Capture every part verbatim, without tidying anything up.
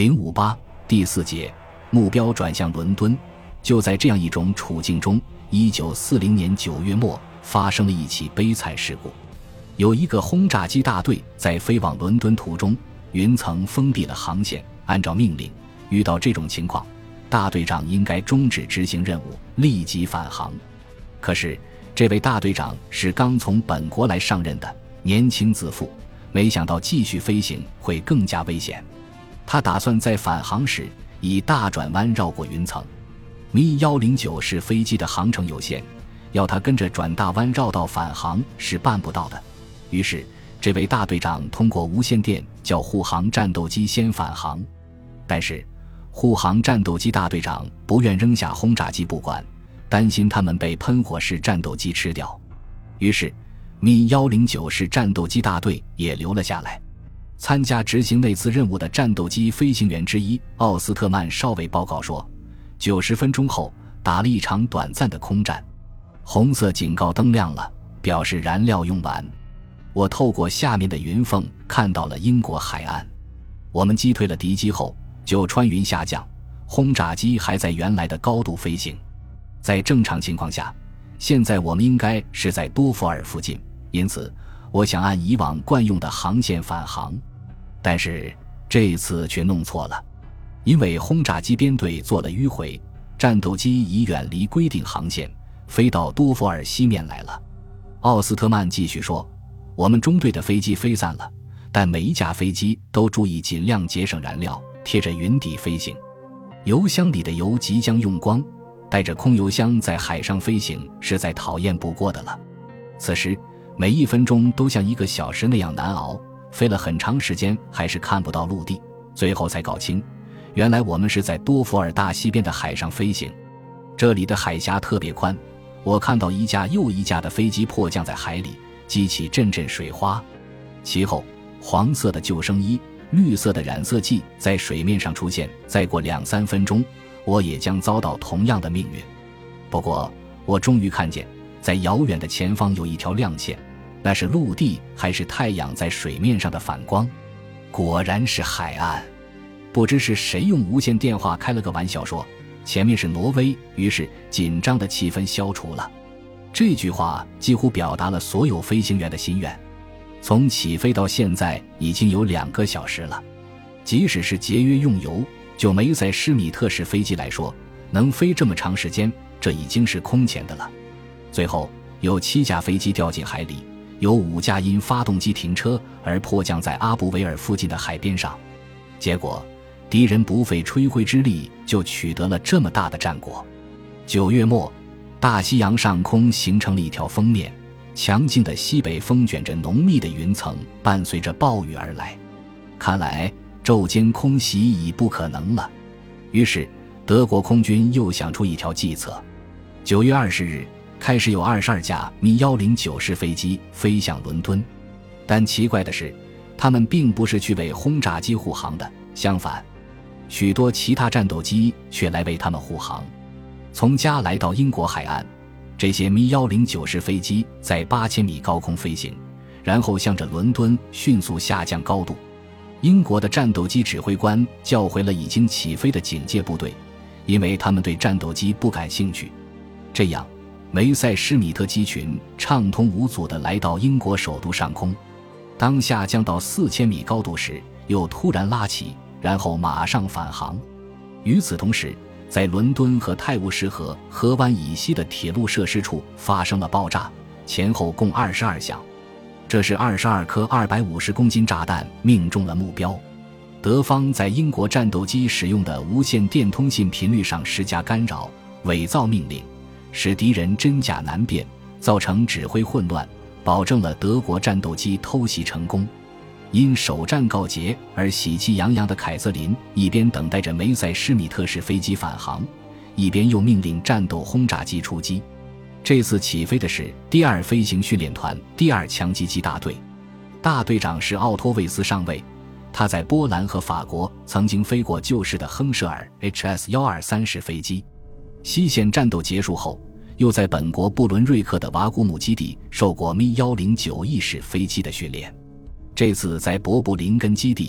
零五八第四节，目标转向伦敦。就在这样一种处境中，一九四零年九月末发生了一起悲惨事故。有一个轰炸机大队在飞往伦敦途中，云层封闭了航线，按照命令，遇到这种情况，大队长应该终止执行任务，立即返航。可是这位大队长是刚从本国来上任的年轻自负，没想到继续飞行会更加危险。他打算在返航时以大转弯绕过云层。咪一零九式飞机的航程有限，要他跟着转大弯绕道返航是办不到的。于是这位大队长通过无线电叫护航战斗机先返航。但是护航战斗机大队长不愿扔下轰炸机不管，担心他们被喷火式战斗机吃掉。于是咪一零九式战斗机大队也留了下来。参加执行那次任务的战斗机飞行员之一奥斯特曼少尉报告说，九十分钟后打了一场短暂的空战。红色警告灯亮了，表示燃料用完。我透过下面的云缝看到了英国海岸。我们击退了敌机后就穿云下降，轰炸机还在原来的高度飞行。在正常情况下，现在我们应该是在多佛尔附近，因此我想按以往惯用的航线返航。但是这次却弄错了，因为轰炸机编队做了迂回，战斗机已远离规定航线，飞到多佛尔西面来了。奥斯特曼继续说，我们中队的飞机飞散了，但每一架飞机都注意尽量节省燃料，贴着云底飞行。油箱里的油即将用光，带着空油箱在海上飞行是再讨厌不过的了。此时每一分钟都像一个小时那样难熬，飞了很长时间还是看不到陆地，最后才搞清，原来我们是在多佛尔大西边的海上飞行。这里的海峡特别宽，我看到一架又一架的飞机迫降在海里，激起阵阵水花。其后黄色的救生衣，绿色的染色剂在水面上出现，再过两三分钟我也将遭到同样的命运。不过我终于看见在遥远的前方有一条亮线，那是陆地还是太阳在水面上的反光？果然是海岸。不知是谁用无线电话开了个玩笑说前面是挪威，于是紧张的气氛消除了。这句话几乎表达了所有飞行员的心愿。从起飞到现在已经有两个小时了，即使是节约用油，就梅塞施米特式飞机来说，能飞这么长时间，这已经是空前的了。最后有七架飞机掉进海里，有五架因发动机停车而迫降在阿布维尔附近的海边上。结果敌人不费吹灰之力就取得了这么大的战果。九月末，大西洋上空形成了一条锋面，强劲的西北风卷着浓密的云层，伴随着暴雨而来。看来昼间空袭已不可能了。于是德国空军又想出一条计策。九月二十日开始有二十二架咪一零九式飞机飞向伦敦，但奇怪的是，他们并不是去为轰炸机护航的，相反，许多其他战斗机却来为他们护航。从加来到英国海岸，这些咪一零九式飞机在八千米高空飞行，然后向着伦敦迅速下降高度。英国的战斗机指挥官叫回了已经起飞的警戒部队，因为他们对战斗机不感兴趣。这样梅塞施米特机群畅通无阻地来到英国首都上空。当下降到四千米高度时，又突然拉起，然后马上返航。与此同时，在伦敦和泰晤士河河湾以西的铁路设施处发生了爆炸，前后共二十二响。这是二十二颗二百五十公斤炸弹命中了目标。德方在英国战斗机使用的无线电通信频率上施加干扰，伪造命令，使敌人真假难辨，造成指挥混乱，保证了德国战斗机偷袭成功。因首战告捷而喜气洋洋的凯瑟琳一边等待着梅塞施米特式飞机返航，一边又命令战斗轰炸机出击。这次起飞的是第二飞行训练团第二强击机大队，大队长是奥托维斯上尉，他在波兰和法国曾经飞过旧式的亨舍尔 H S 一二三式飞机。西线战斗结束后，又在本国布伦瑞克的瓦古姆基地受过咪一零九 E 式飞机的训练。这次在博布林根基地，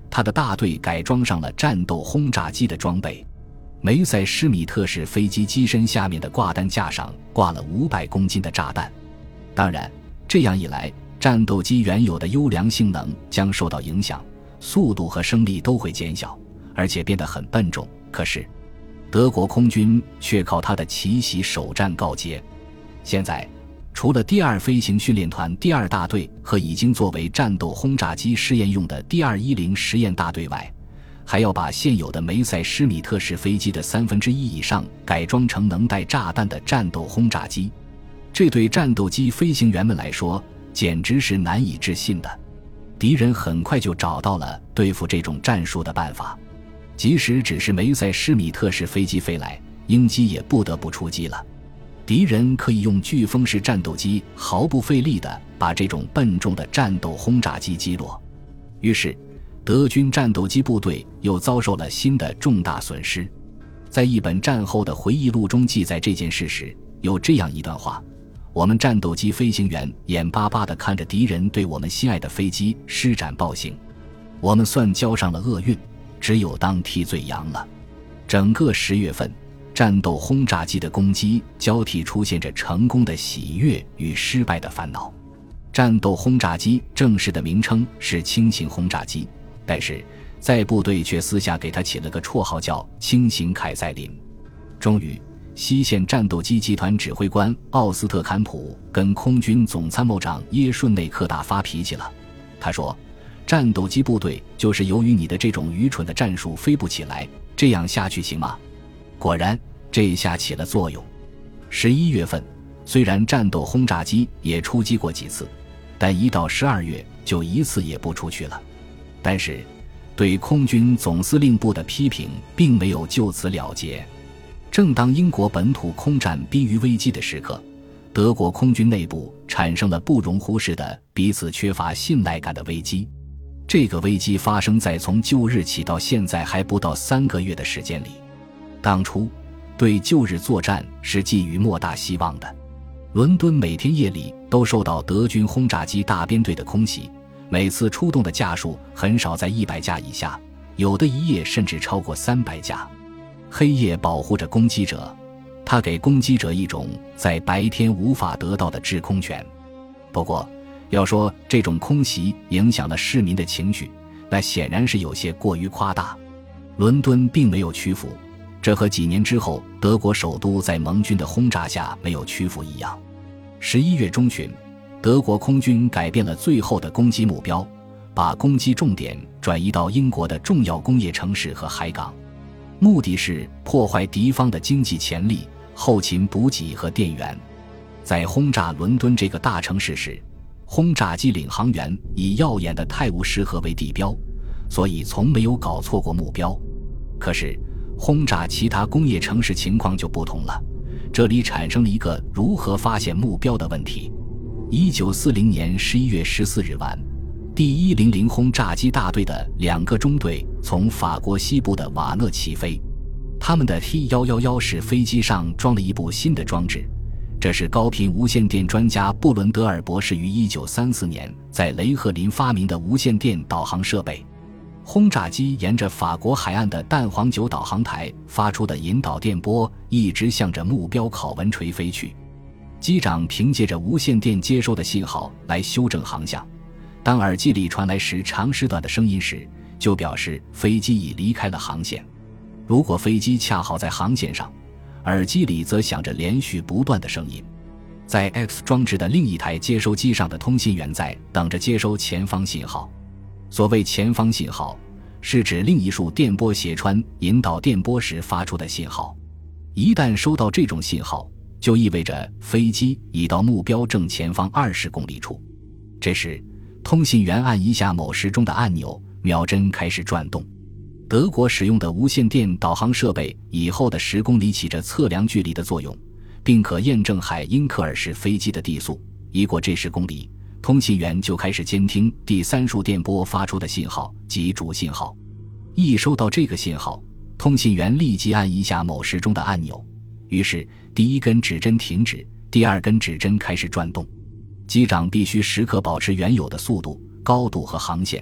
他的大队改装上了战斗轰炸机的装备。梅塞施米特式飞机机身下面的挂弹架上挂了五百公斤的炸弹。当然，这样一来，战斗机原有的优良性能将受到影响，速度和升力都会减小，而且变得很笨重。可是德国空军却靠他的奇袭首战告捷。现在除了第二飞行训练团第二大队和已经作为战斗轰炸机试验用的第二一零实验大队外，还要把现有的梅塞施米特式飞机的三分之一以上改装成能带炸弹的战斗轰炸机。这对战斗机飞行员们来说简直是难以置信的。敌人很快就找到了对付这种战术的办法，即使只是梅塞施米特式飞机飞来，鹰机也不得不出击了。敌人可以用飓风式战斗机毫不费力地把这种笨重的战斗轰炸机击落。于是德军战斗机部队又遭受了新的重大损失。在一本战后的回忆录中记载这件事时，有这样一段话：我们战斗机飞行员眼巴巴地看着敌人对我们心爱的飞机施展暴行，我们算交上了厄运，只有当替罪羊了。整个十月份，战斗轰炸机的攻击交替出现着成功的喜悦与失败的烦恼。战斗轰炸机正式的名称是轻型轰炸机，但是在部队却私下给它起了个绰号叫轻型凯塞林。终于，西线战斗机集团指挥官奥斯特坎普跟空军总参谋长耶顺内克大发脾气了。他说，战斗机部队就是由于你的这种愚蠢的战术飞不起来，这样下去行吗？果然，这下起了作用。十一月份，虽然战斗轰炸机也出击过几次，但一到十二月就一次也不出去了。但是对空军总司令部的批评并没有就此了结。正当英国本土空战逼于危机的时刻，德国空军内部产生了不容忽视的彼此缺乏信赖感的危机。这个危机发生在从旧日起到现在还不到三个月的时间里。当初对旧日作战是寄予莫大希望的。伦敦每天夜里都受到德军轰炸机大编队的空袭，每次出动的架数很少在一百架以下，有的一夜甚至超过三百架。黑夜保护着攻击者，它给攻击者一种在白天无法得到的制空权。不过要说这种空袭影响了市民的情绪，那显然是有些过于夸大。伦敦并没有屈服，这和几年之后德国首都在盟军的轰炸下没有屈服一样。十一月中旬，德国空军改变了最后的攻击目标，把攻击重点转移到英国的重要工业城市和海港，目的是破坏敌方的经济潜力、后勤补给和电源。在轰炸伦敦这个大城市时，轰炸机领航员以耀眼的泰晤士河为地标，所以从没有搞错过目标。可是轰炸其他工业城市情况就不同了，这里产生了一个如何发现目标的问题。一九四零年十一月十四日晚，第一零零轰炸机大队的两个中队从法国西部的瓦讷起飞。他们的 T 一一一 式飞机上装了一部新的装置，这是高频无线电专家布伦德尔博士于一九三四年在雷赫林发明的无线电导航设备。轰炸机沿着法国海岸的蛋黄酒导航台发出的引导电波一直向着目标考文垂飞去。机长凭借着无线电接收的信号来修正航向，当耳机里传来时长时短的声音时，就表示飞机已离开了航线。如果飞机恰好在航线上，耳机里则响着连续不断的声音。在 X 装置的另一台接收机上的通信员在等着接收前方信号。所谓前方信号，是指另一束电波斜穿引导电波时发出的信号。一旦收到这种信号，就意味着飞机已到目标正前方二十公里处。这时通信员按一下某时钟的按钮，秒针开始转动。德国使用的无线电导航设备以后的十公里起着测量距离的作用，并可验证海因克尔式飞机的地速。一过这十公里，通信员就开始监听第三束电波发出的信号及主信号。一收到这个信号，通信员立即按一下某时钟的按钮，于是第一根指针停止，第二根指针开始转动。机长必须时刻保持原有的速度、高度和航线，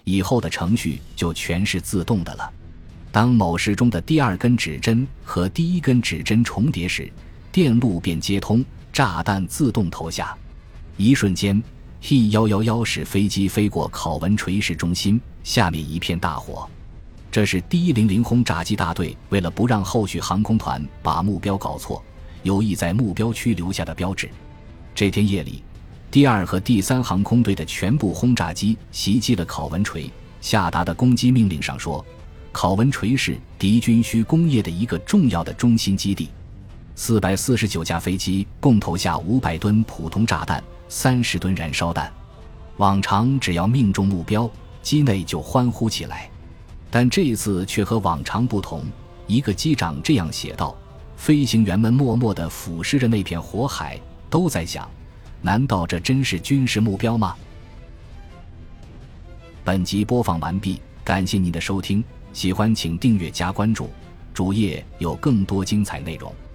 以后的程序就全是自动的了。当某时钟的第二根指针和第一根指针重叠时，电路便接通，炸弹自动投下。一瞬间 He 一一一使飞机飞过考文垂市中心，下面一片大火。这是第一零零轰炸机大队为了不让后续航空团把目标搞错，有意在目标区留下的标志。这天夜里，第二和第三航空队的全部轰炸机袭击了考文垂。下达的攻击命令上说，考文垂是敌军需工业的一个重要的中心基地。四百四十九架飞机共投下五百吨普通炸弹，三十吨燃烧弹。往常只要命中目标，机内就欢呼起来。但这一次却和往常不同，一个机长这样写道：飞行员们默默地俯视着那片火海，都在想，难道这真是军事目标吗？本集播放完毕，感谢您的收听，喜欢请订阅加关注，主页有更多精彩内容。